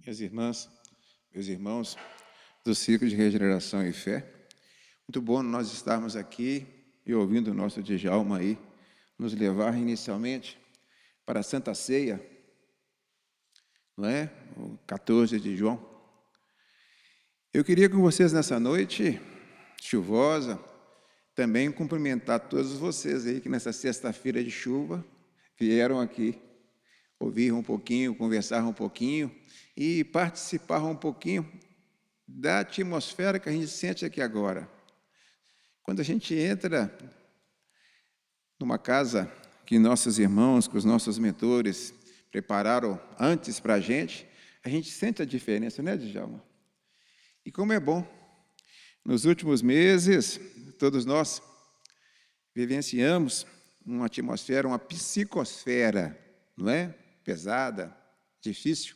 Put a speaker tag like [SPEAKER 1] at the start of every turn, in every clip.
[SPEAKER 1] Minhas irmãs, meus irmãos do Ciclo de Regeneração e Fé, muito bom nós estarmos aqui e ouvindo o nosso Djalma aí, nos levar inicialmente para a Santa Ceia, não é? O 14 de João. Eu queria com vocês nessa noite chuvosa, também cumprimentar todos vocês aí que nessa sexta-feira de chuva vieram aqui ouvir um pouquinho, conversar um pouquinho e participar um pouquinho da atmosfera que a gente sente aqui agora. Quando a gente entra numa casa que nossos irmãos, que os nossos mentores prepararam antes para a gente sente a diferença, né, Djalma? E como é bom, nos últimos meses, todos nós vivenciamos uma atmosfera, uma psicosfera, não é? Pesada, difícil.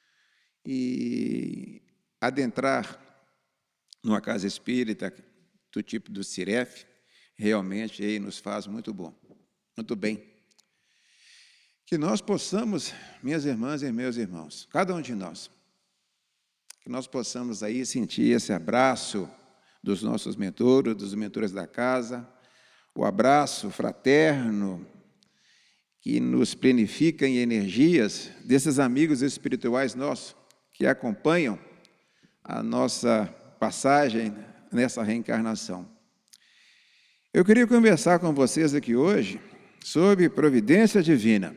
[SPEAKER 1] E adentrar numa casa espírita do tipo do Ciref, realmente aí nos faz muito bom, muito bem. Que nós possamos, minhas irmãs e meus irmãos, cada um de nós, que nós possamos aí sentir esse abraço dos nossos mentores, dos mentores da casa, o abraço fraterno que nos plenifica em energias desses amigos espirituais nossos que acompanham a nossa passagem nessa reencarnação. Eu queria conversar com vocês aqui hoje sobre providência divina.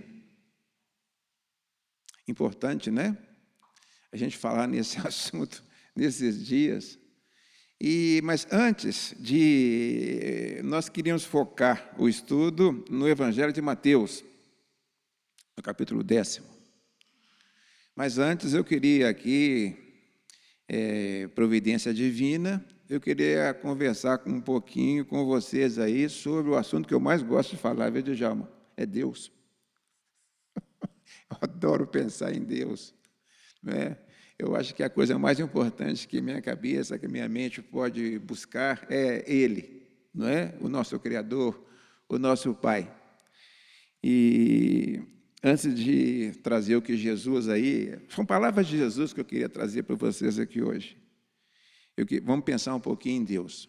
[SPEAKER 1] Importante, né? A gente falar nesse assunto nesses dias. Mas antes nós queríamos focar o estudo no Evangelho de Mateus, no capítulo 10. Mas antes eu queria aqui, providência divina, eu queria conversar um pouquinho com vocês aí sobre o assunto que eu mais gosto de falar, viu, Djalma? É Deus. Eu adoro pensar em Deus, não é? Eu acho que a coisa mais importante que minha cabeça, que minha mente pode buscar é Ele, não é? O nosso Criador, o nosso Pai. E antes de trazer o que Jesus aí, são palavras de Jesus que eu queria trazer para vocês aqui hoje. Vamos pensar um pouquinho em Deus.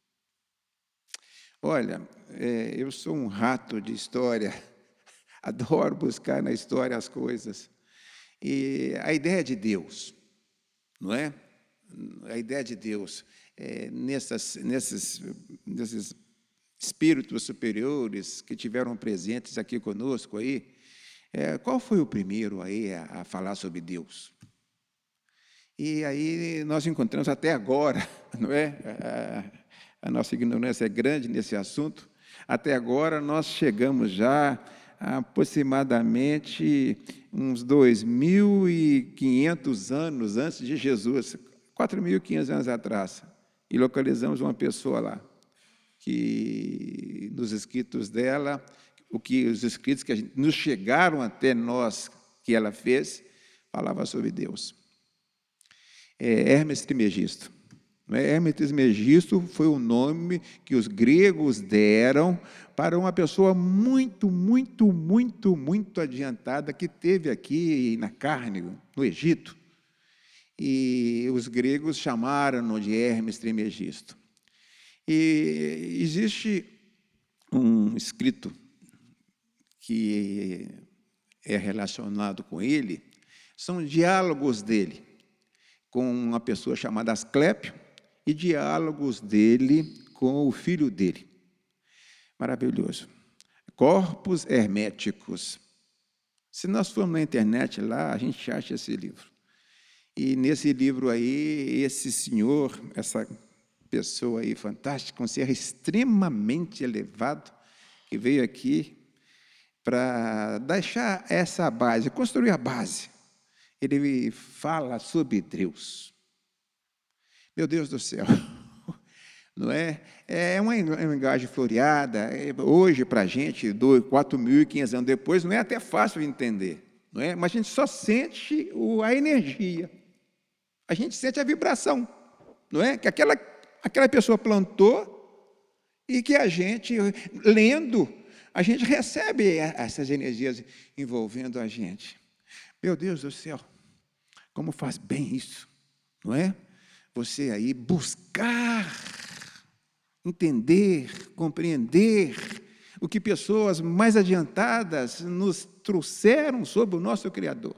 [SPEAKER 1] Olha, eu sou um rato de história, adoro buscar na história as coisas. E a ideia de Deus, não é? A ideia de Deus, nesses espíritos superiores que tiveram presentes aqui conosco aí, qual foi o primeiro aí a falar sobre Deus? E aí nós encontramos até agora, não é? A nossa ignorância é grande nesse assunto. Até agora nós chegamos já a aproximadamente uns 2.500 anos antes de Jesus, 4.500 anos atrás, e localizamos uma pessoa lá, que nos escritos dela, os escritos que nos chegaram até nós, que ela fez, falava sobre Deus. Hermes Trismegisto. Hermes Trismegisto foi o nome que os gregos deram para uma pessoa muito, muito, muito, muito adiantada que teve aqui na carne, no Egito. E os gregos chamaram-no de Hermes Trismegisto. E existe um escrito que é relacionado com ele, são diálogos dele com uma pessoa chamada Asclépio e diálogos dele com o filho dele. Maravilhoso. Corpos Herméticos. Se nós formos na internet lá, a gente acha esse livro. E nesse livro aí, esse senhor, essa pessoa aí fantástica, um ser extremamente elevado, que veio aqui para deixar essa base, construir a base. Ele fala sobre Deus. Meu Deus do céu, não é? É uma linguagem floreada. Hoje, para a gente, 4.500 anos depois, não é até fácil de entender, não é? Mas a gente só sente a energia, a gente sente a vibração, não é? Que aquela pessoa plantou e que a gente, lendo, a gente recebe essas energias envolvendo a gente. Meu Deus do céu, Como faz bem isso, não é? Você aí buscar, entender, compreender o que pessoas mais adiantadas nos trouxeram sobre o nosso Criador.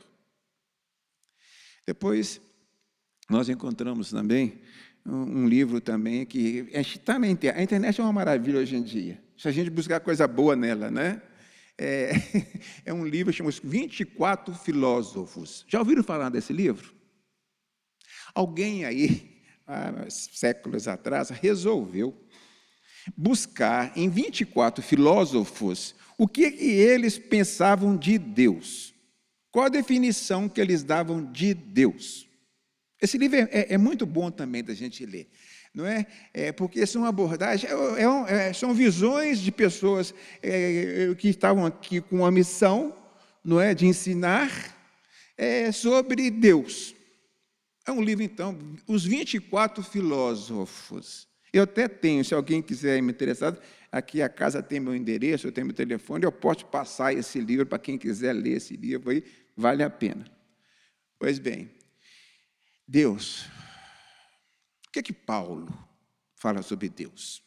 [SPEAKER 1] Depois, nós encontramos também um livro também que está na internet. A internet é uma maravilha hoje em dia. Se a gente buscar coisa boa nela, né? É um livro que chama 24 Filósofos. Já ouviram falar desse livro? Alguém aí, há séculos atrás, resolveu buscar em 24 filósofos o que eles pensavam de Deus. Qual a definição que eles davam de Deus? Esse livro é muito bom também da gente ler, não é? Porque são abordagens, são visões de pessoas que estavam aqui com a missão, não é, de ensinar sobre Deus. É um livro, então, os 24 filósofos. Eu até tenho, se alguém quiser me interessar, aqui a casa tem meu endereço, eu tenho meu telefone, eu posso passar esse livro para quem quiser ler esse livro aí, vale a pena. Pois bem, Deus. O que é que Paulo fala sobre Deus?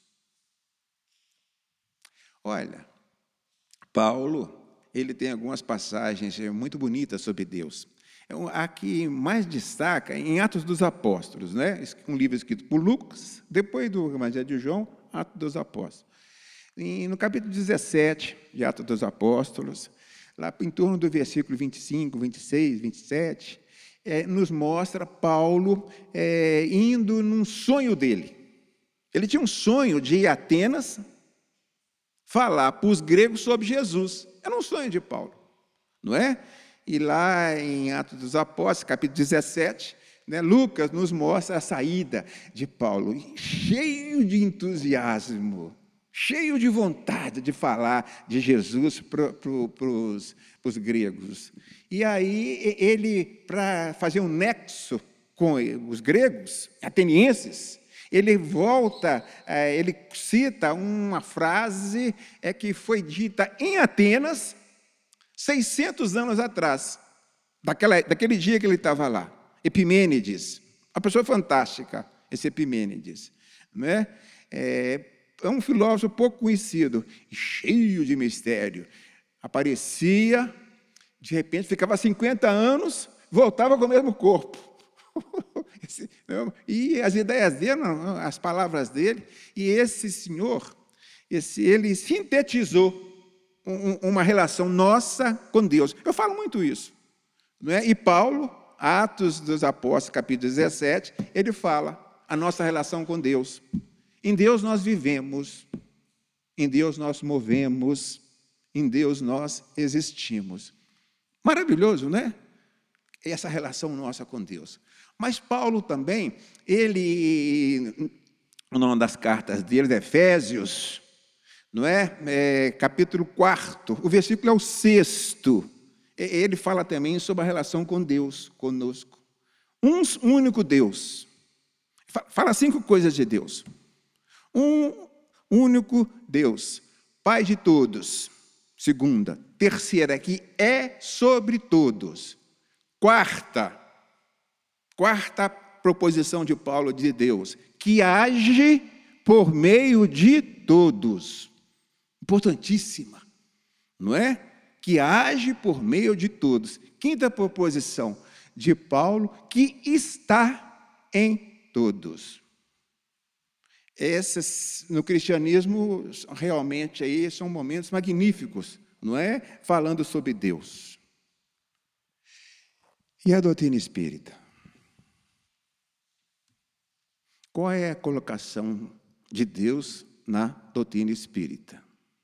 [SPEAKER 1] Olha, Paulo, ele tem algumas passagens muito bonitas sobre Deus. A que mais destaca em Atos dos Apóstolos, né? Um livro escrito por Lucas, depois do Evangelho de João, Atos dos Apóstolos. E no capítulo 17 de Atos dos Apóstolos, lá em torno do versículo 25, 26, 27, nos mostra Paulo indo num sonho dele. Ele tinha um sonho de ir a Atenas falar para os gregos sobre Jesus. Era um sonho de Paulo, não é? E lá em Atos dos Apóstolos, capítulo 17, né, Lucas nos mostra a saída de Paulo, cheio de entusiasmo, cheio de vontade de falar de Jesus para os gregos. E aí ele, para fazer um nexo com os gregos, atenienses, ele volta, ele cita uma frase que foi dita em Atenas 600 anos atrás, daquele dia que ele estava lá. Epimênides, uma pessoa fantástica, esse Epimênides, não é? É um filósofo pouco conhecido, cheio de mistério. Aparecia, de repente ficava 50 anos, voltava com o mesmo corpo. E as ideias dele, as palavras dele, e esse senhor, ele sintetizou uma relação nossa com Deus. Eu falo muito isso, não é? E Paulo, Atos dos Apóstolos, capítulo 17, ele fala a nossa relação com Deus. Em Deus nós vivemos, em Deus nós movemos, em Deus nós existimos. Maravilhoso, né? Essa relação nossa com Deus. Mas Paulo também, o nome das cartas dele é Efésios, não é? Capítulo 4, o versículo é o 6º. Ele fala também sobre a relação com Deus, conosco. Um único Deus. Fala 5 coisas de Deus. Um único Deus, Pai de todos. Segunda. Terceira, que é sobre todos. Quarta proposição de Paulo de Deus, que age por meio de todos. Importantíssima, não é? Que age por meio de todos. Quinta proposição de Paulo, que está em todos. Esses, no cristianismo, realmente aí são momentos magníficos, não é? Falando sobre Deus. E a doutrina espírita? Qual é a colocação de Deus na doutrina espírita?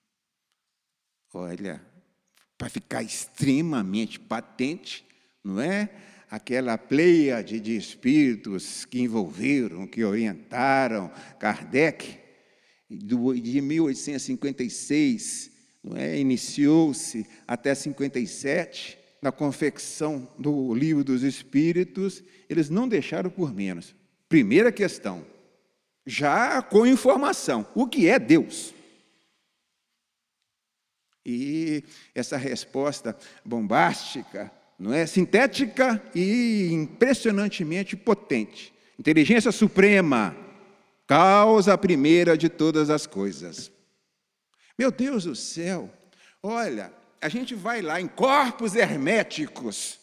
[SPEAKER 1] Olha, para ficar extremamente patente, não é? Aquela pleiade de espíritos que envolveram, que orientaram Kardec, de 1856, não é? Iniciou-se até 57, na confecção do Livro dos Espíritos, eles não deixaram por menos. Primeira questão, já com informação, o que é Deus? E essa resposta bombástica, não é? Sintética e impressionantemente potente. Inteligência suprema, causa primeira de todas as coisas. Meu Deus do céu, olha, a gente vai lá em corpos herméticos,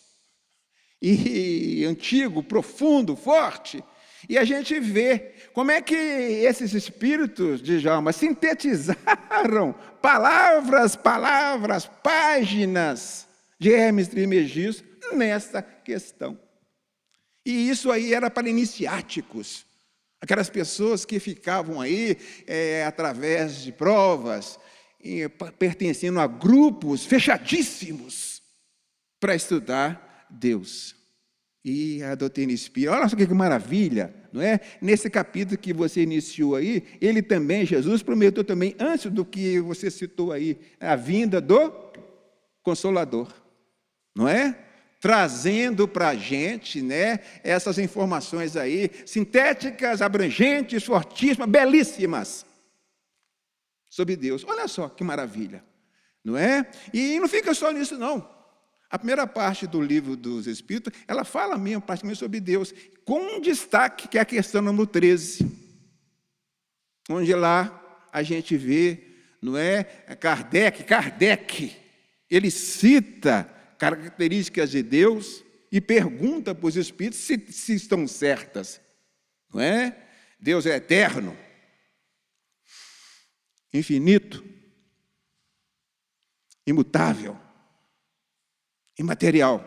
[SPEAKER 1] e antigo, profundo, forte, e a gente vê como é que esses espíritos de alma sintetizaram palavras, páginas de Hermes Trismegisto nessa questão. E isso aí era para iniciáticos, aquelas pessoas que ficavam aí através de provas, pertencendo a grupos fechadíssimos para estudar Deus. E a doutrina espírita, olha só que maravilha, não é? Nesse capítulo que você iniciou aí, ele também, Jesus prometeu também, antes do que você citou aí, a vinda do Consolador, não é? Trazendo para a gente, né, essas informações aí, sintéticas, abrangentes, fortíssimas, belíssimas, sobre Deus. Olha só que maravilha, não é? E não fica só nisso, não. A primeira parte do livro dos Espíritos, ela fala mesmo praticamente sobre Deus, com um destaque, que é a questão número 13, onde lá a gente vê, não é? Kardec, ele cita características de Deus e pergunta para os Espíritos se estão certas, não é? Deus é eterno, infinito, imutável, imaterial,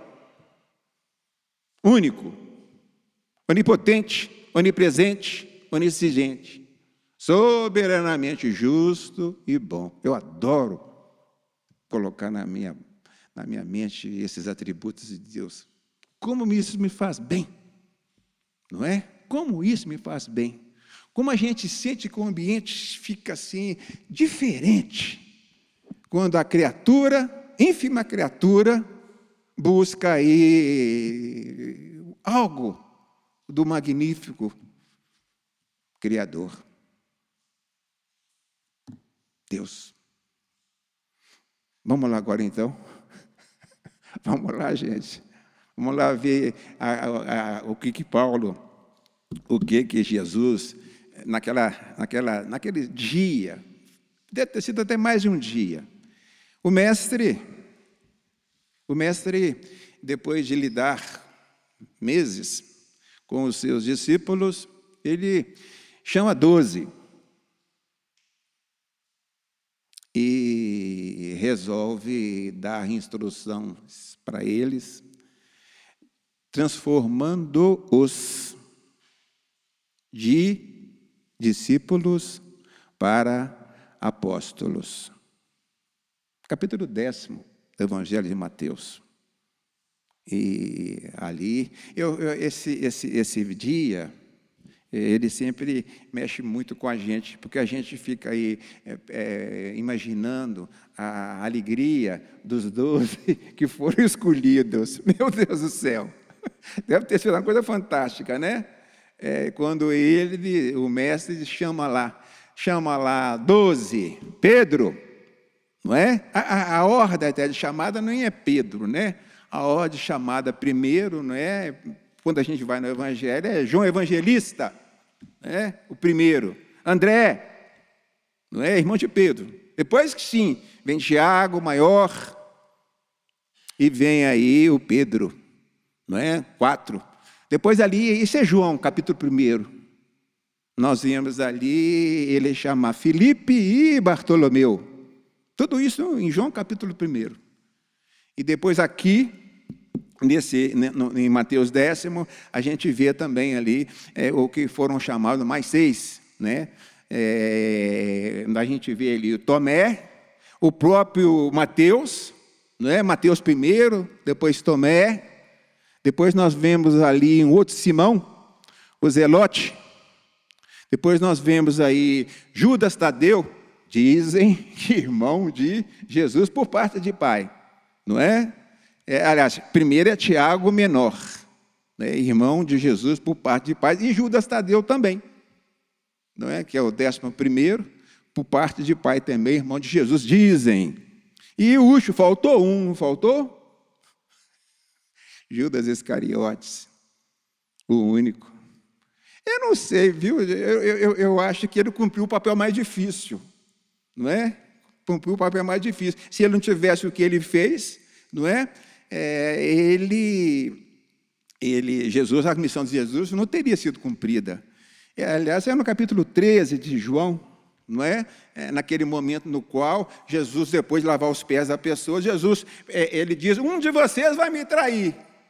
[SPEAKER 1] único, onipotente, onipresente, onisciente, soberanamente justo e bom. Eu adoro colocar na minha mente esses atributos de Deus. Como isso me faz bem, não é? Como isso me faz bem. Como a gente sente que o ambiente fica assim, diferente, quando a criatura, ínfima criatura, busca aí algo do magnífico Criador. Deus. Vamos lá agora então? Vamos lá, gente. Vamos lá ver o que Paulo, o que Jesus, naquele dia, deve ter sido até mais de um dia, o mestre, depois de lidar meses com os seus discípulos, ele chama 12 e resolve dar instruções para eles, transformando-os de discípulos para apóstolos. Capítulo 10 do Evangelho de Mateus. E ali, esse dia, ele sempre mexe muito com a gente, porque a gente fica aí imaginando a alegria dos 12 que foram escolhidos. Meu Deus do céu! Deve ter sido uma coisa fantástica, né? Quando o mestre chama lá 12, Pedro, não é? A ordem até de chamada não é Pedro, né? A ordem de chamada primeiro, não é? Quando a gente vai no Evangelho, é João Evangelista, né? O primeiro. André, não é? Irmão de Pedro. Depois que sim, vem Tiago, maior, e vem aí o Pedro, não é? 4. Depois ali, isso é João, capítulo 1. Nós vemos ali ele chamar Filipe e Bartolomeu. Tudo isso em João, capítulo 1. E depois aqui, em Mateus 10, a gente vê também ali o que foram chamados mais 6, né? A gente vê ali o Tomé, o próprio Mateus, não é? Mateus 1, depois Tomé, depois nós vemos ali um outro Simão, o Zelote, depois nós vemos aí Judas Tadeu, dizem que irmão de Jesus por parte de pai, não é? Aliás, primeiro é Tiago menor, né? Irmão de Jesus por parte de pai, e Judas Tadeu também, não é? Que é o 11º, por parte de pai também, irmão de Jesus, dizem. E Ucho, faltou um, não faltou? Judas Iscariotes, o único. Eu não sei, viu? Eu acho que ele cumpriu o papel mais difícil, não é? Cumpriu o papel mais difícil. Se ele não tivesse o que ele fez, não é? Jesus, a missão de Jesus não teria sido cumprida. Aliás, é no capítulo 13 de João, não é? Naquele momento no qual Jesus, depois de lavar os pés da pessoa, Jesus, ele diz, um de vocês vai me trair.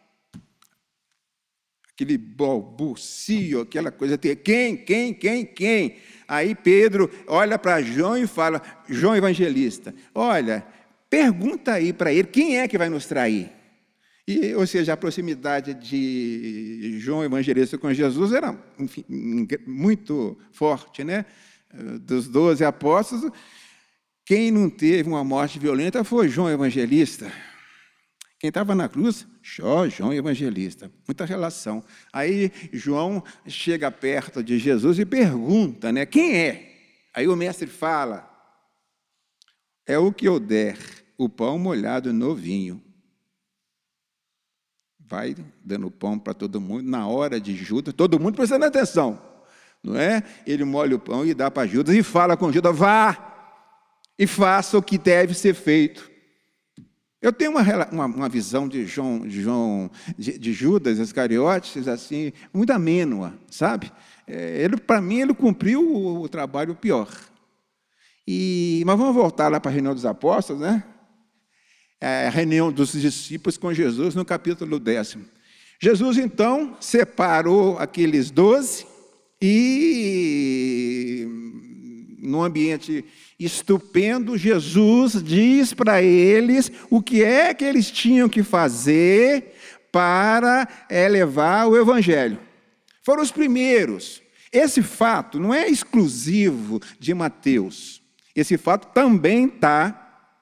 [SPEAKER 1] Aquele balbucio, aquela coisa, quem? Aí Pedro olha para João e fala, João Evangelista, olha, pergunta aí para ele, quem é que vai nos trair? Ou seja, a proximidade de João Evangelista com Jesus era, enfim, muito forte, né? Dos 12 apóstolos, quem não teve uma morte violenta foi João Evangelista. Quem estava na cruz, João Evangelista. Muita relação. Aí João chega perto de Jesus e pergunta, né, quem é? Aí o mestre fala, é o que eu der, o pão molhado no vinho. Vai dando pão para todo mundo, na hora de Judas, todo mundo prestando atenção, não é? Ele molha o pão e dá para Judas e fala com Judas, vá e faça o que deve ser feito. Eu tenho uma visão de Judas Iscariotes, assim, muito amênua, sabe? Para mim, ele cumpriu o trabalho pior. Mas vamos voltar lá para a reunião dos apóstolos, né? A reunião dos discípulos com Jesus, no capítulo 10. Jesus, então, separou aqueles 12 e, num ambiente estupendo, Jesus diz para eles o que é que eles tinham que fazer para levar o Evangelho. Foram os primeiros. Esse fato não é exclusivo de Mateus. Esse fato também está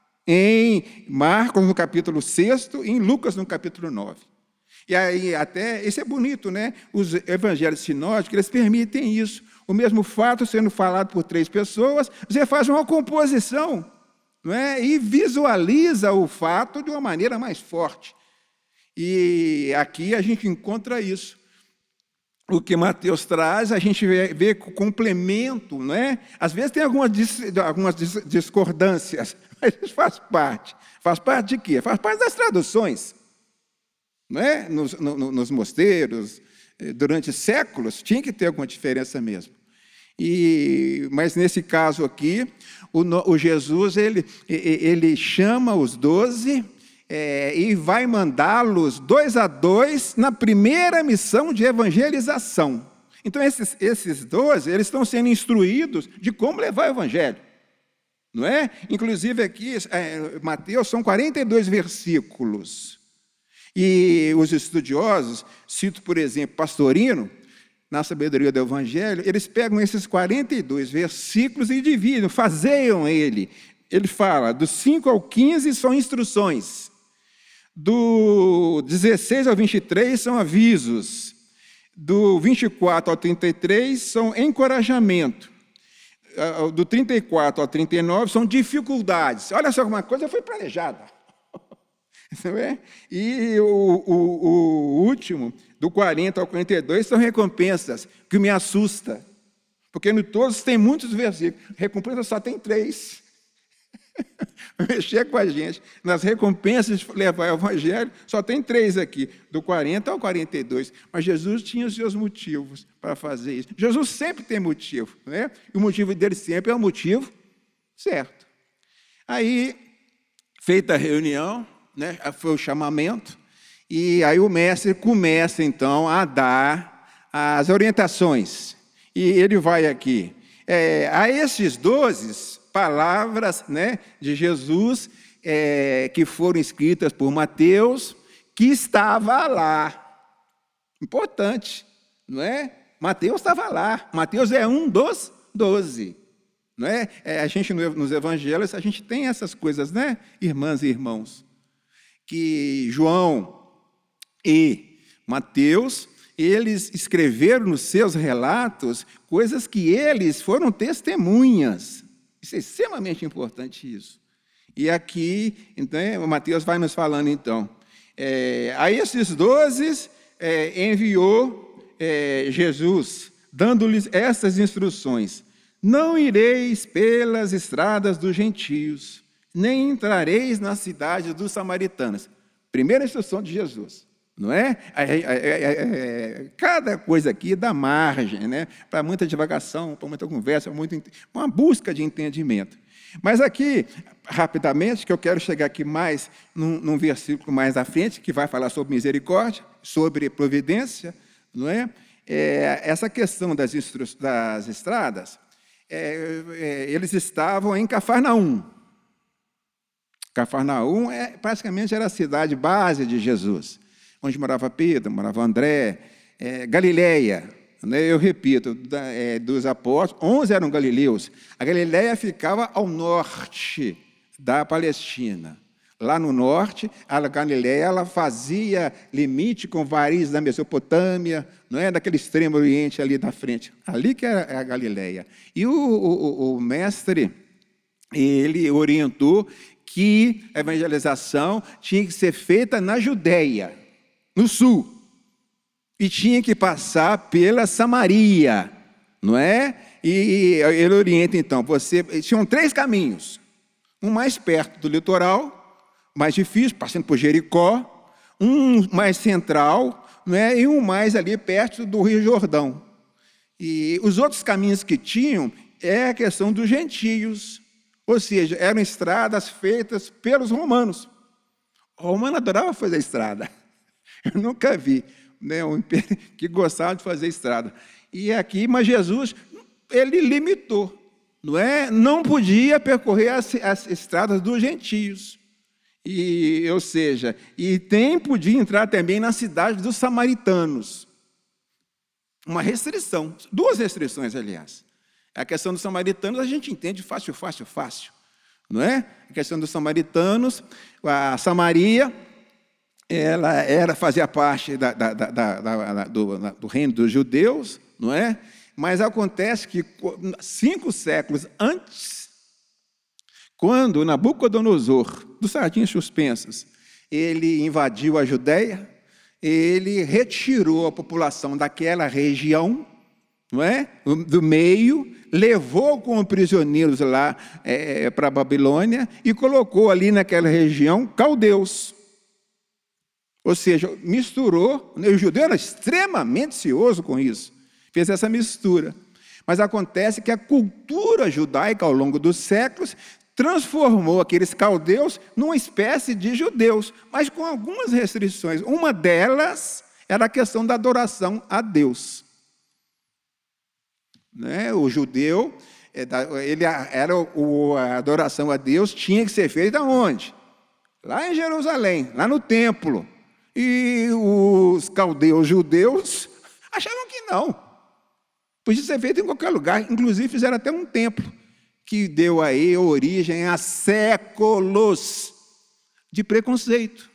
[SPEAKER 1] em Marcos, no capítulo 6, e em Lucas, no capítulo 9. E aí, até, isso é bonito, né? Os evangelhos sinóticos, eles permitem isso. O mesmo fato sendo falado por 3 pessoas, você faz uma composição, não é? E visualiza o fato de uma maneira mais forte. E aqui a gente encontra isso. O que Mateus traz, a gente vê com complemento, não é? Às vezes tem algumas discordâncias, mas isso faz parte. Faz parte de quê? Faz parte das traduções. Não é? Nos mosteiros, durante séculos, tinha que ter alguma diferença mesmo. Mas nesse caso aqui, o Jesus, ele chama os 12 e vai mandá-los 2 a 2 na primeira missão de evangelização. Então, esses 12, eles estão sendo instruídos de como levar o evangelho. Não é? Inclusive aqui, Mateus, são 42 versículos. E os estudiosos, cito, por exemplo, Pastorino, na Sabedoria do Evangelho, eles pegam esses 42 versículos e dividem, faseiam ele. Ele fala, do 5 ao 15 são instruções, do 16 ao 23 são avisos, do 24 ao 33 são encorajamento, do 34 ao 39 são dificuldades. Olha só como uma coisa foi planejada. Não é? E o último, do 40 ao 42, são recompensas, que me assusta. Porque no todos tem muitos versículos. Recompensa só tem 3. Mexer com a gente. Nas recompensas de levar o evangelho, só tem 3 aqui, do 40 ao 42. Mas Jesus tinha os seus motivos para fazer isso. Jesus sempre tem motivo, não é? E o motivo dele sempre é o motivo certo. Aí, feita a reunião, né, foi o chamamento, e aí o mestre começa, então, a dar as orientações. E ele vai aqui. A esses 12 palavras, né, de Jesus, que foram escritas por Mateus, que estava lá. Importante, não é? Mateus estava lá. Mateus é um dos 12. Não é? A gente, nos evangelhos, a gente tem essas coisas, né, irmãs e irmãos? Que João e Mateus, eles escreveram nos seus relatos coisas que eles foram testemunhas. Isso é extremamente importante, isso. E aqui, então, Mateus vai nos falando, então, A esses 12 enviou Jesus, dando-lhes estas instruções: não ireis pelas estradas dos gentios, nem entrareis na cidade dos samaritanos. Primeira instrução de Jesus, não é? Cada coisa aqui dá margem, né? Para muita divagação, para muita conversa, uma busca de entendimento. Mas aqui, rapidamente, que eu quero chegar aqui mais, num versículo mais à frente, que vai falar sobre misericórdia, sobre providência, não é? Essa questão das estradas, eles estavam em Cafarnaum. Cafarnaum praticamente era a cidade base de Jesus, onde morava Pedro, morava André, Galileia. Eu repito, dos apóstolos, 11 eram galileus. A Galileia ficava ao norte da Palestina. Lá no norte, a Galileia ela fazia limite com varizes da Mesopotâmia, não é? Daquele extremo oriente ali da frente. Ali que era a Galileia. E o mestre, ele orientou que a evangelização tinha que ser feita na Judéia, no sul. E tinha que passar pela Samaria, não é? E ele orienta, então, tinham 3 caminhos. Um mais perto do litoral, mais difícil, passando por Jericó. Um mais central, não é? E um mais ali perto do Rio Jordão. E os outros caminhos que tinham é a questão dos gentios. Ou seja, eram estradas feitas pelos romanos. O romano adorava fazer estrada. Eu nunca vi, né, um império que gostava de fazer estrada. Mas Jesus, ele limitou, não é? Não podia percorrer as estradas dos gentios. Ou seja, podia entrar também na cidade dos samaritanos. Uma restrição, 2 restrições, aliás. A questão dos samaritanos a gente entende fácil, não é? A questão dos samaritanos, a Samaria, ela fazia parte do reino dos judeus, não é? Mas acontece que 5 séculos antes, quando Nabucodonosor, dos sardinhas suspensas, ele invadiu a Judéia, ele retirou a população daquela região, não é? Do meio, levou como prisioneiros lá para a Babilônia e colocou ali naquela região caldeus. Ou seja, misturou, o judeu era extremamente cioso com isso, fez essa mistura. Mas acontece que a cultura judaica, ao longo dos séculos, transformou aqueles caldeus numa espécie de judeus, mas com algumas restrições. Uma delas era a questão da adoração a Deus. Né? O judeu, a adoração a Deus tinha que ser feita onde? Lá em Jerusalém, lá no templo. E os caldeus judeus achavam que não. Podia ser feito em qualquer lugar. Inclusive fizeram até um templo, que deu aí origem a séculos de preconceito.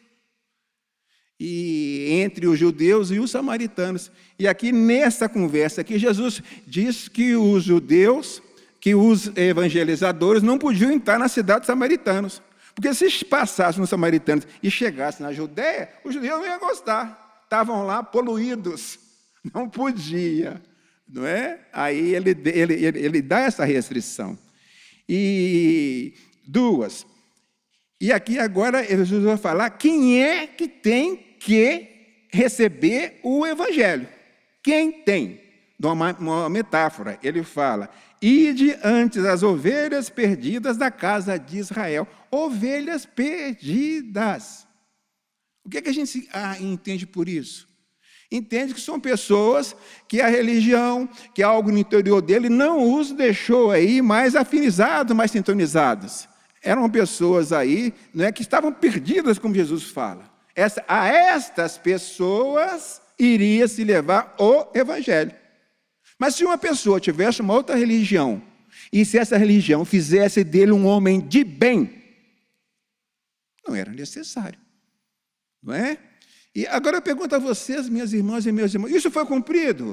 [SPEAKER 1] E entre os judeus e os samaritanos. E aqui nessa conversa aqui, Jesus diz que os judeus, que os evangelizadores não podiam entrar na cidade dos samaritanos. Porque se passassem nos samaritanos e chegassem na Judéia, os judeus não iam gostar. Estavam lá poluídos. Não podia. Não é? Aí ele dá essa restrição. E 2. E aqui agora Jesus vai falar quem é que tem que receber o evangelho. Quem tem? Uma metáfora, ele fala: ide antes as ovelhas perdidas da casa de Israel. Ovelhas perdidas. O que é que a gente entende por isso? Entende que são pessoas que a religião, que algo no interior dele não os deixou aí mais afinizados, mais sintonizados. Eram pessoas aí, não é, que estavam perdidas, como Jesus fala. A estas pessoas iria se levar o evangelho. Mas se uma pessoa tivesse uma outra religião, e se essa religião fizesse dele um homem de bem, não era necessário. Não é? E agora eu pergunto a vocês, minhas irmãs e meus irmãos, isso foi cumprido?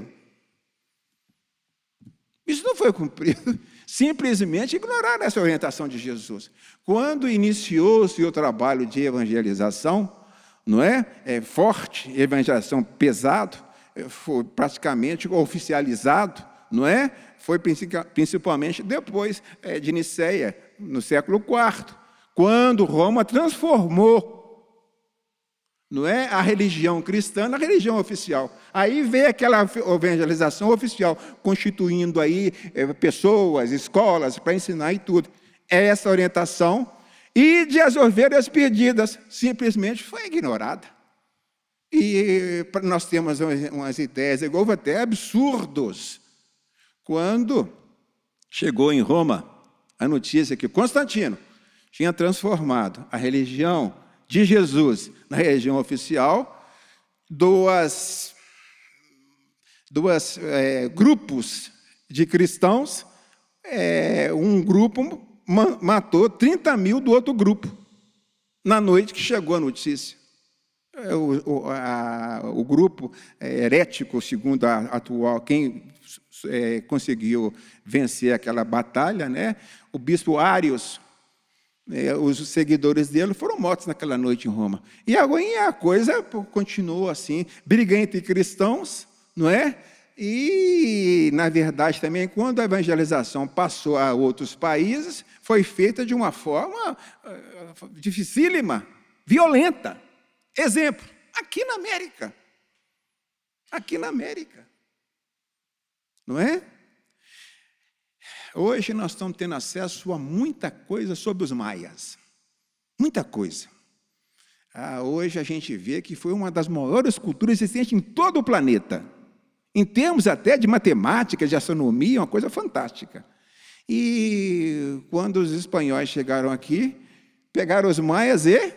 [SPEAKER 1] Isso não foi cumprido. Simplesmente ignoraram essa orientação de Jesus. Quando iniciou-se o trabalho de evangelização, não é? Forte, evangelização pesado, foi praticamente oficializado, não é? Foi principalmente depois de Nicéia, no século IV, quando Roma transformou, não é, a religião cristã na religião oficial. Aí veio aquela evangelização oficial, constituindo aí pessoas, escolas, para ensinar e tudo. Essa orientação, e de as ovelhas perdidas, simplesmente foi ignorada. E nós temos umas ideias, houve até absurdos, quando chegou em Roma a notícia que Constantino tinha transformado a religião de Jesus na religião oficial, dois grupos de cristãos, um grupo matou 30 mil do outro grupo, na noite que chegou a notícia. O grupo herético, segundo a atual, quem conseguiu vencer aquela batalha, né? O bispo Arius, os seguidores dele foram mortos naquela noite em Roma. E a coisa continuou assim, briga entre cristãos, não é? E, na verdade, também, quando a evangelização passou a outros países, foi feita de uma forma dificílima, violenta. Exemplo, aqui na América. Aqui na América. Não é? Hoje nós estamos tendo acesso a muita coisa sobre os maias. Muita coisa. Hoje a gente vê que foi uma das maiores culturas existentes em todo o planeta. Em termos até de matemática, de astronomia, uma coisa fantástica. E quando os espanhóis chegaram aqui, pegaram os maias e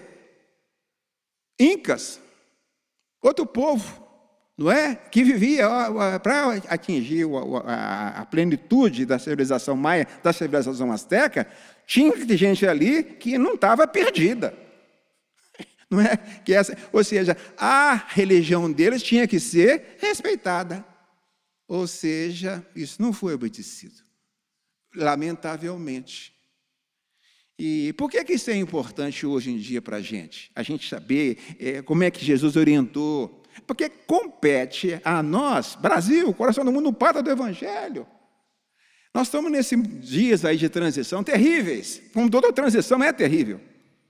[SPEAKER 1] incas, outro povo, não é? Que vivia, para atingir a plenitude da civilização maia, da civilização asteca, tinha gente ali que não estava perdida. Não é? Ou seja, a religião deles tinha que ser respeitada. Ou seja, isso não foi obedecido, lamentavelmente. E por que isso é importante hoje em dia para a gente saber como é que Jesus orientou? Porque compete a nós, Brasil, coração do mundo, pátria do Evangelho. Nós estamos nesses dias aí de transição terríveis, como toda transição é terrível.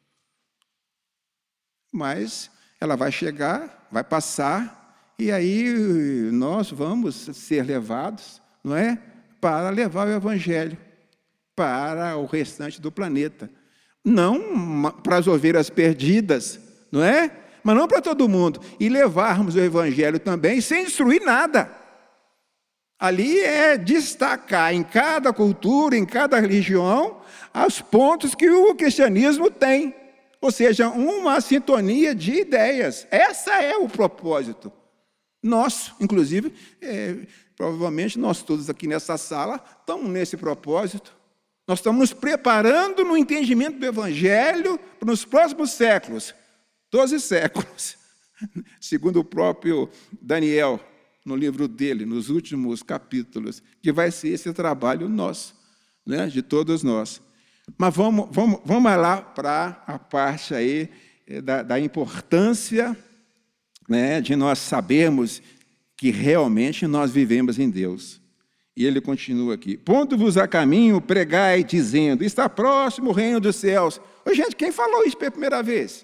[SPEAKER 1] Mas ela vai chegar, vai passar, e aí nós vamos ser levados, não é, para levar o Evangelho para o restante do planeta. Não para as ovelhas perdidas, não é? Mas não para todo mundo. E levarmos o Evangelho também sem destruir nada. Ali é destacar em cada cultura, em cada religião, os pontos que o cristianismo tem. Ou seja, uma sintonia de ideias. Esse é o propósito nosso, inclusive, provavelmente nós todos aqui nessa sala estamos nesse propósito. Nós estamos nos preparando no entendimento do Evangelho nos próximos séculos, 12 séculos. Segundo o próprio Daniel, no livro dele, nos últimos capítulos, que vai ser esse trabalho nosso, né, de todos nós. Mas vamos lá para a parte aí da importância, né, de nós sabermos que realmente nós vivemos em Deus. E ele continua aqui: pondo-vos a caminho, pregai, dizendo, está próximo o reino dos céus. Ô, gente, quem falou isso pela primeira vez?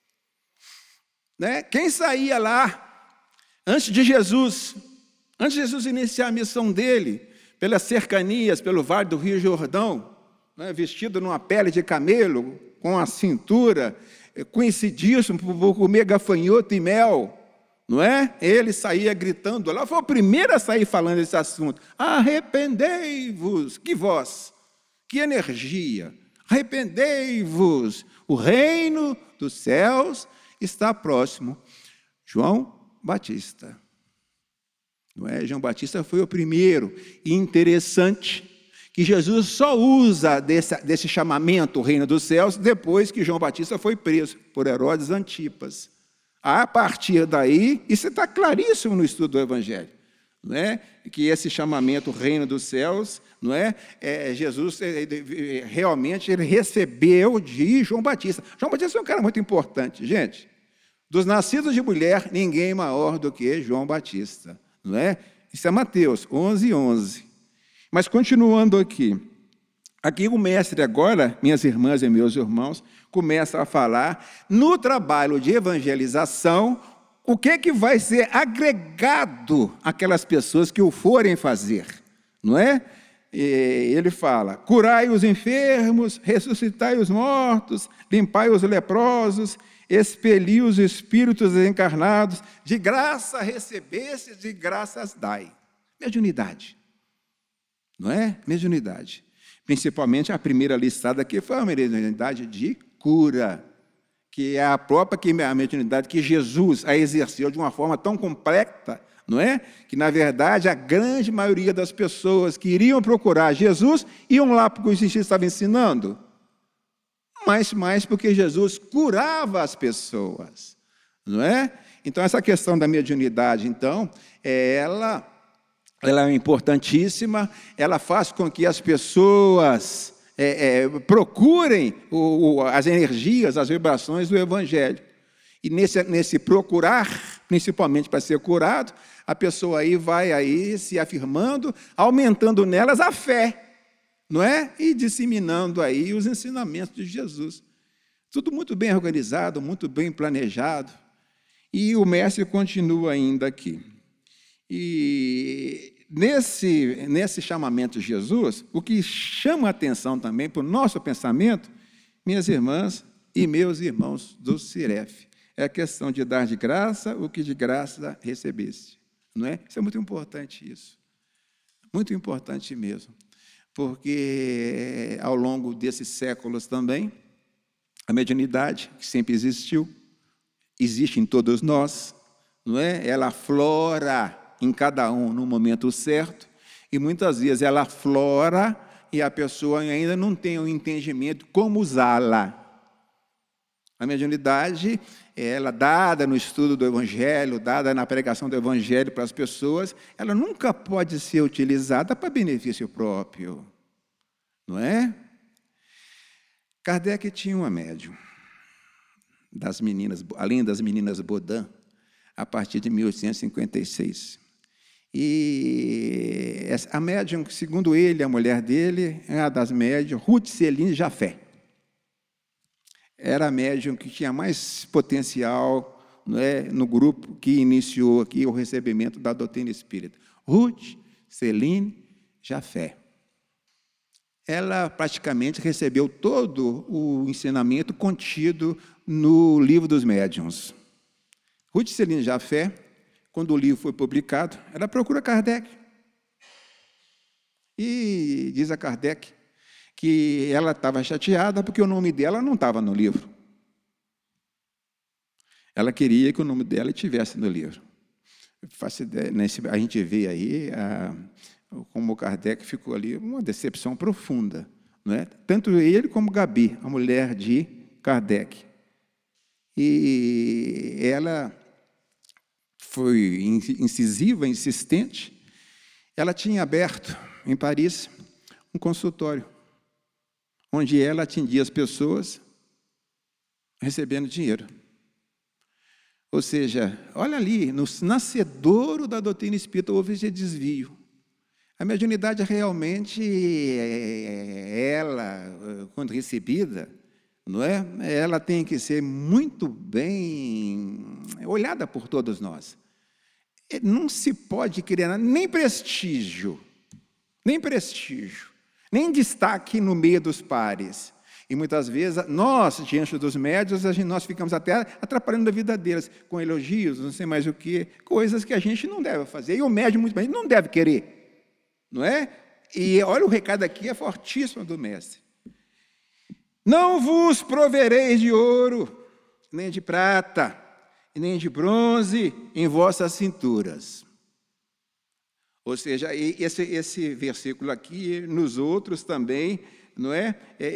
[SPEAKER 1] Né? Quem saía lá, antes de Jesus iniciar a missão dele, pelas cercanias, pelo vale do Rio Jordão, né, vestido numa pele de camelo, com a cintura conhecidíssimo por comer gafanhoto e mel, não é? Ele saía gritando lá, foi o primeiro a sair falando desse assunto. Arrependei-vos, que voz, que energia, arrependei-vos, o reino dos céus está próximo. João Batista, não é? João Batista foi o primeiro, e interessante que Jesus só usa desse chamamento, o reino dos céus, depois que João Batista foi preso por Herodes Antipas. A partir daí, isso está claríssimo no estudo do Evangelho, não é? Que esse chamamento, reino dos céus, não é? Jesus realmente ele recebeu de João Batista. João Batista é um cara muito importante, gente. Dos nascidos de mulher, ninguém maior do que João Batista, não é? Isso é Mateus 11:11. Mas continuando aqui. Aqui o mestre agora, minhas irmãs e meus irmãos, começa a falar no trabalho de evangelização, o que vai ser agregado àquelas pessoas que o forem fazer, não é? E ele fala, curai os enfermos, ressuscitai os mortos, limpai os leprosos, expeli os espíritos desencarnados, de graça recebeste, de graças dai. Mediunidade, não é? Mediunidade. Principalmente a primeira listada aqui foi a mediunidade de cura, que é a própria a mediunidade que Jesus a exerceu de uma forma tão completa, não é? Que, na verdade, a grande maioria das pessoas que iriam procurar Jesus iam lá porque o Jesus estava ensinando, mas mais porque Jesus curava as pessoas, não é? Então, essa questão da mediunidade, então, ela é importantíssima, ela faz com que as pessoas procurem as energias, as vibrações do Evangelho. E nesse procurar, principalmente para ser curado, a pessoa aí vai aí se afirmando, aumentando nelas a fé, não é? E disseminando aí os ensinamentos de Jesus. Tudo muito bem organizado, muito bem planejado. E o mestre continua ainda aqui. E nesse chamamento de Jesus, o que chama a atenção também para o nosso pensamento, minhas irmãs e meus irmãos do CIREF, é a questão de dar de graça o que de graça recebeste, não é? Isso é muito importante, isso. Muito importante mesmo, porque ao longo desses séculos também, a mediunidade, que sempre existiu, existe em todos nós, não é? Ela aflora em cada um no momento certo, e muitas vezes ela aflora e a pessoa ainda não tem o entendimento como usá-la. A mediunidade, ela dada no estudo do Evangelho, dada na pregação do Evangelho para as pessoas, ela nunca pode ser utilizada para benefício próprio, não é? Kardec tinha uma médium, além das meninas Baudin, a partir de 1856. E a médium, segundo ele, a mulher dele, é uma das médiums, Ruth Celine Jafé. Era a médium que tinha mais potencial, não é, no grupo que iniciou aqui o recebimento da doutrina espírita. Ruth Celine Jafé. Ela praticamente recebeu todo o ensinamento contido no Livro dos Médiuns. Ruth Celine Jafé, quando o livro foi publicado, ela procura Kardec. E diz a Kardec que ela estava chateada porque o nome dela não estava no livro. Ela queria que o nome dela estivesse no livro. Faço ideia, a gente vê aí como o Kardec ficou ali, uma decepção profunda, não é? Tanto ele como Gabi, a mulher de Kardec. E ela foi incisiva, insistente. Ela tinha aberto, em Paris, um consultório, onde ela atendia as pessoas recebendo dinheiro. Ou seja, olha ali, no nascedouro da doutrina espírita houve esse desvio. A mediunidade realmente, ela, quando recebida, não é? Ela tem que ser muito bem olhada por todos nós. Não se pode criar nem prestígio, nem destaque no meio dos pares. E muitas vezes, nós, diante dos médiuns, nós ficamos até atrapalhando a vida deles, com elogios, não sei mais o quê, coisas que a gente não deve fazer. E o médium, muito bem, não deve querer, não é? E olha, o recado aqui é fortíssimo do mestre. Não vos provereis de ouro, nem de prata, nem de bronze em vossas cinturas. Ou seja, esse versículo aqui, nos outros também, não é?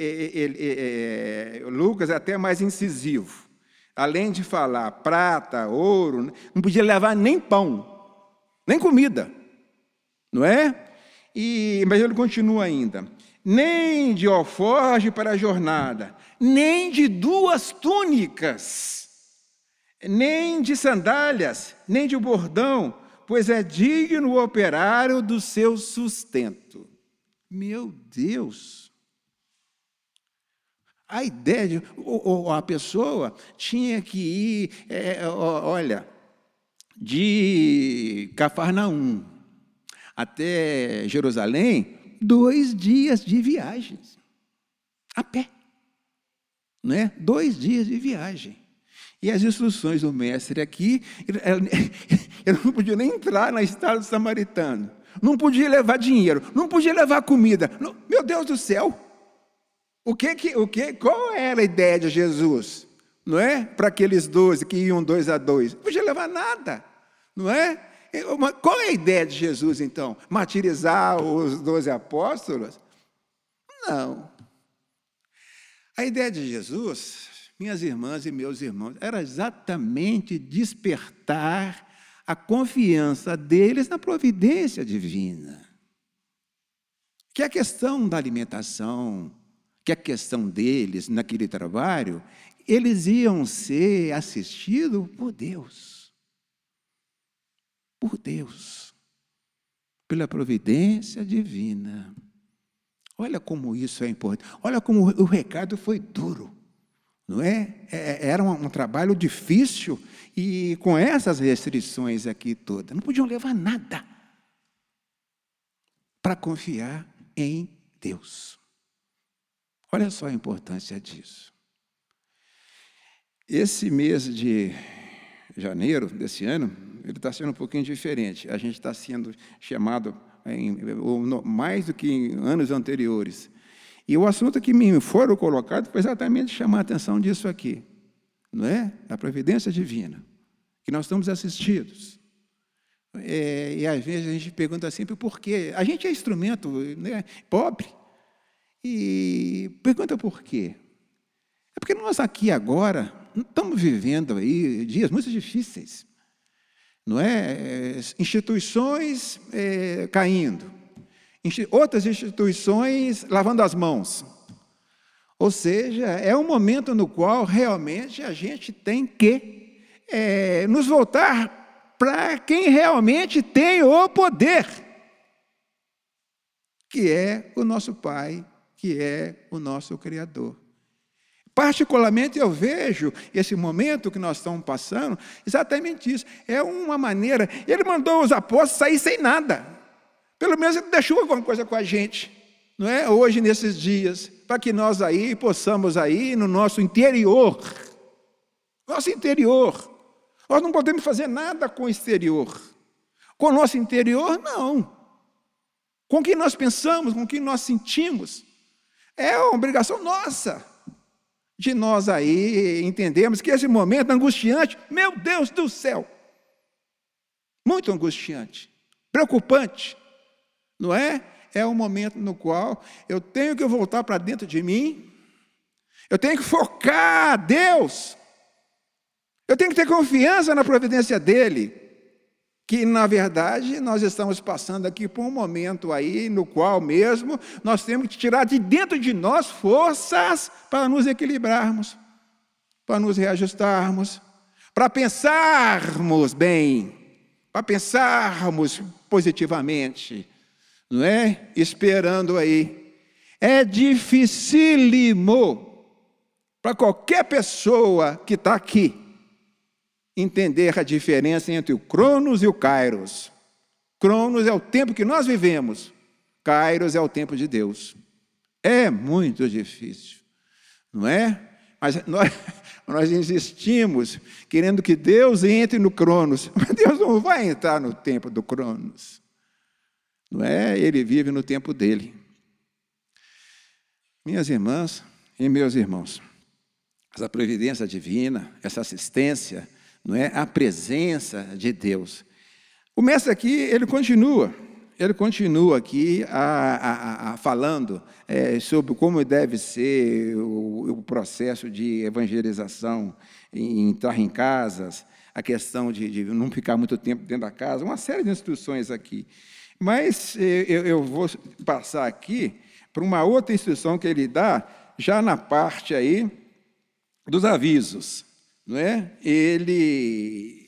[SPEAKER 1] Lucas é até mais incisivo. Além de falar prata, ouro, não podia levar nem pão, nem comida, não é? Mas ele continua ainda. Nem de alforje para a jornada, nem de 2 túnicas. nem de sandálias, nem de bordão, pois é digno o operário do seu sustento. Meu Deus! A ideia de a pessoa tinha que ir, de Cafarnaum até Jerusalém, 2 dias de viagem, a pé, não é? 2 dias de viagem. E as instruções do mestre aqui, ele não podia nem entrar na estrada do samaritano, não podia levar dinheiro, não podia levar comida. Meu Deus do céu! Qual era a ideia de Jesus? Não é? Para aqueles 12 que iam 2 a 2. Não podia levar nada, não é? Qual é a ideia de Jesus, então? Martirizar os 12 apóstolos? Não. A ideia de Jesus, minhas irmãs e meus irmãos, era exatamente despertar a confiança deles na providência divina. Que a questão da alimentação, que a questão deles naquele trabalho, eles iam ser assistidos por Deus. Por Deus. Pela providência divina. Olha como isso é importante. Olha como o recado foi duro. Não é? Era um trabalho difícil e com essas restrições aqui todas. Não podiam levar nada para confiar em Deus. Olha só a importância disso. Esse mês de janeiro desse ano, ele está sendo um pouquinho diferente. A gente está sendo chamado mais do que em anos anteriores. E o assunto que me foram colocado foi exatamente chamar a atenção disso aqui, não é? Da providência divina, que nós estamos assistidos. E às vezes a gente pergunta sempre por quê. A gente é instrumento, né, pobre. E pergunta por quê. É porque nós aqui agora estamos vivendo aí dias muito difíceis, não é? Instituições caindo, outras instituições lavando as mãos. Ou seja, é um momento no qual realmente a gente tem que nos voltar para quem realmente tem o poder, que é o nosso Pai, que é o nosso Criador. Particularmente eu vejo esse momento que nós estamos passando, exatamente isso. É uma maneira, ele mandou os apóstolos sair sem nada. Pelo menos ele deixou alguma coisa com a gente, não é? Hoje, nesses dias, para que nós aí possamos aí no nosso interior. Nós não podemos fazer nada com o exterior. Com o nosso interior, não. Com o que nós pensamos, com o que nós sentimos. É uma obrigação nossa, de nós aí entendermos que esse momento angustiante, meu Deus do céu, muito angustiante, preocupante, não é? É um momento no qual eu tenho que voltar para dentro de mim, eu tenho que focar a Deus, eu tenho que ter confiança na providência dEle, que, na verdade, nós estamos passando aqui por um momento aí no qual mesmo nós temos que tirar de dentro de nós forças para nos equilibrarmos, para nos reajustarmos, para pensarmos bem, para pensarmos positivamente, não é? Esperando aí. É dificílimo para qualquer pessoa que está aqui entender a diferença entre o Cronos e o Kairos. Cronos é o tempo que nós vivemos, Kairos é o tempo de Deus. É muito difícil, não é? Mas nós insistimos, querendo que Deus entre no Cronos. Mas Deus não vai entrar no tempo do Cronos, não é? Ele vive no tempo dele. Minhas irmãs e meus irmãos, essa providência divina, essa assistência, não é? A presença de Deus. O mestre aqui, ele continua aqui falando sobre como deve ser o processo de evangelização, entrar em casas, a questão de não ficar muito tempo dentro da casa, uma série de instruções aqui. Mas eu vou passar aqui para uma outra instrução que ele dá, já na parte aí dos avisos. não é? Ele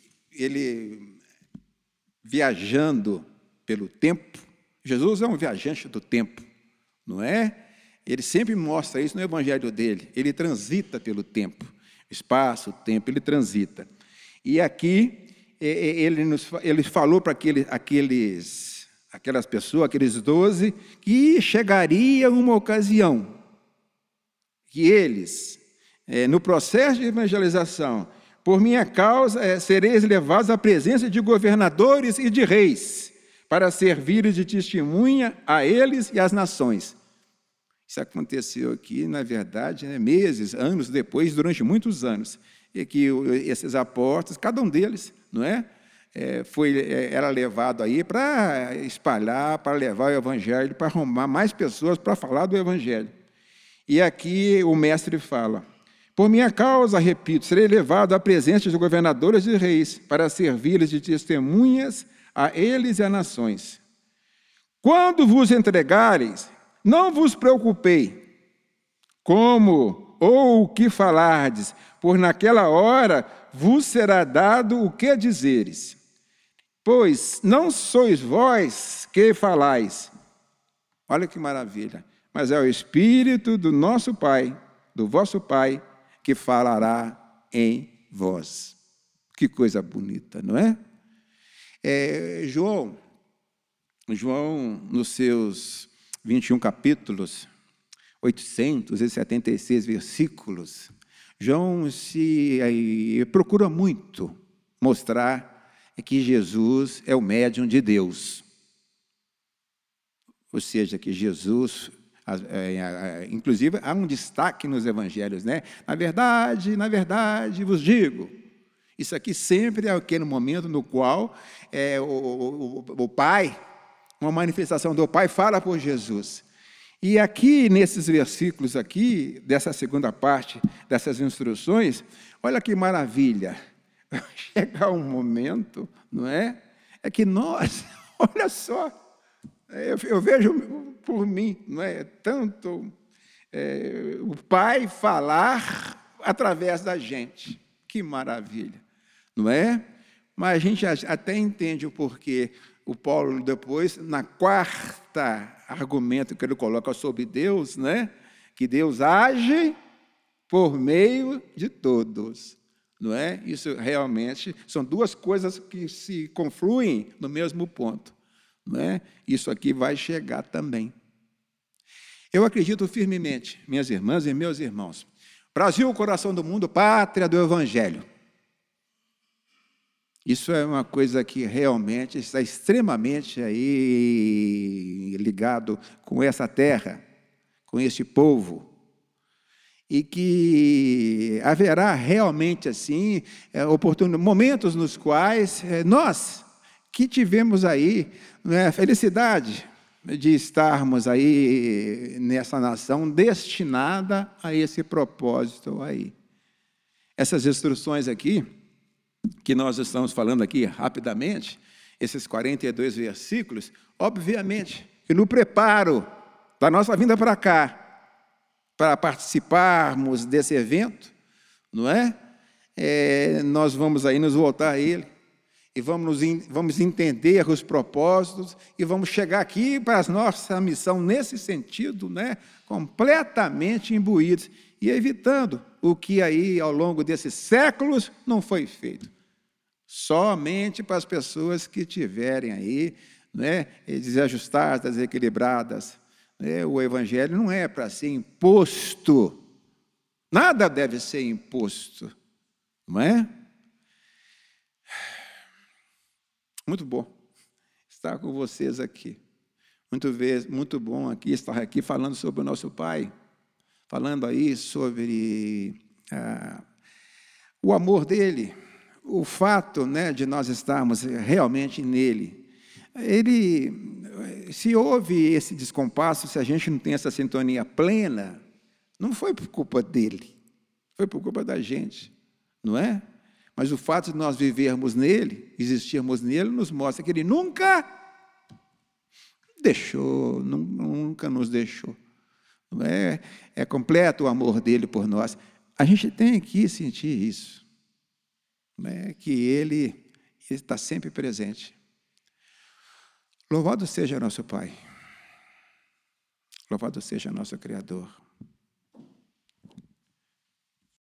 [SPEAKER 1] viajando pelo tempo. Jesus é um viajante do tempo, não é? Ele sempre mostra isso no evangelho dele. Ele transita pelo tempo, espaço, tempo, ele transita. E aqui ele falou para aquelas pessoas, aqueles 12, que chegaria uma ocasião que eles, no processo de evangelização, por minha causa, sereis levados à presença de governadores e de reis, para servirem de testemunha a eles e às nações. Isso aconteceu aqui, na verdade, meses, anos depois, durante muitos anos, e que esses apóstolos, cada um deles, não é? Era levado aí para espalhar, para levar o evangelho, para arrumar mais pessoas para falar do evangelho. E aqui o mestre fala: por minha causa, repito, serei levado à presença de governadores e reis, para servir-lhes de testemunhas a eles e a nações. Quando vos entregareis, não vos preocupei como ou o que falardes, por naquela hora vos será dado o que dizeres. Pois não sois vós que falais. Olha que maravilha. Mas é o Espírito do nosso Pai, do vosso Pai, que falará em vós. Que coisa bonita, não é? João, nos seus 21 capítulos, 876 versículos, João procura muito mostrar que Jesus é o médium de Deus. Ou seja, que Jesus, inclusive, há um destaque nos evangelhos, né? Na verdade, vos digo. Isso aqui sempre é aquele momento no qual o Pai, uma manifestação do Pai, fala por Jesus. E aqui, nesses versículos aqui, dessa segunda parte, dessas instruções, olha que maravilha. Chega um momento, não é? É que nós, olha só, eu vejo por mim, não é? Tanto o Pai falar através da gente. Que maravilha, não é? Mas a gente até entende o porquê. O Paulo, depois, na quarta argumento que ele coloca sobre Deus, né? Que Deus age por meio de todos, não é? Isso realmente são duas coisas que se confluem no mesmo ponto, não é? Isso aqui vai chegar também. Eu acredito firmemente, minhas irmãs e meus irmãos, Brasil, o coração do mundo, pátria do Evangelho. Isso é uma coisa que realmente está extremamente aí ligado com essa terra, com este povo, e que haverá realmente assim momentos nos quais nós que tivemos aí a felicidade de estarmos aí nessa nação destinada a esse propósito aí. Essas instruções aqui, que nós estamos falando aqui rapidamente, esses 42 versículos, obviamente, que no preparo da nossa vinda para cá, para participarmos desse evento, não é? Nós vamos aí nos voltar a ele, e vamos entender os propósitos, e vamos chegar aqui para a nossa missão nesse sentido, né? Completamente imbuídos, e evitando o que aí, ao longo desses séculos, não foi feito. Somente para as pessoas que tiverem aí, né, desajustadas, desequilibradas. O Evangelho não é para ser imposto. Nada deve ser imposto. Não é? Muito bom estar com vocês aqui. Muito bom aqui estar aqui falando sobre o nosso Pai. Falando aí sobre o amor dele, o fato, né, de nós estarmos realmente nele. Se houve esse descompasso, se a gente não tem essa sintonia plena, não foi por culpa dele, foi por culpa da gente, não é? Mas o fato de nós vivermos nele, existirmos nele, nos mostra que ele nunca deixou, nunca nos deixou. É completo o amor dele por nós. A gente tem que sentir isso, né, que Ele está sempre presente. Louvado seja nosso Pai. Louvado seja nosso Criador.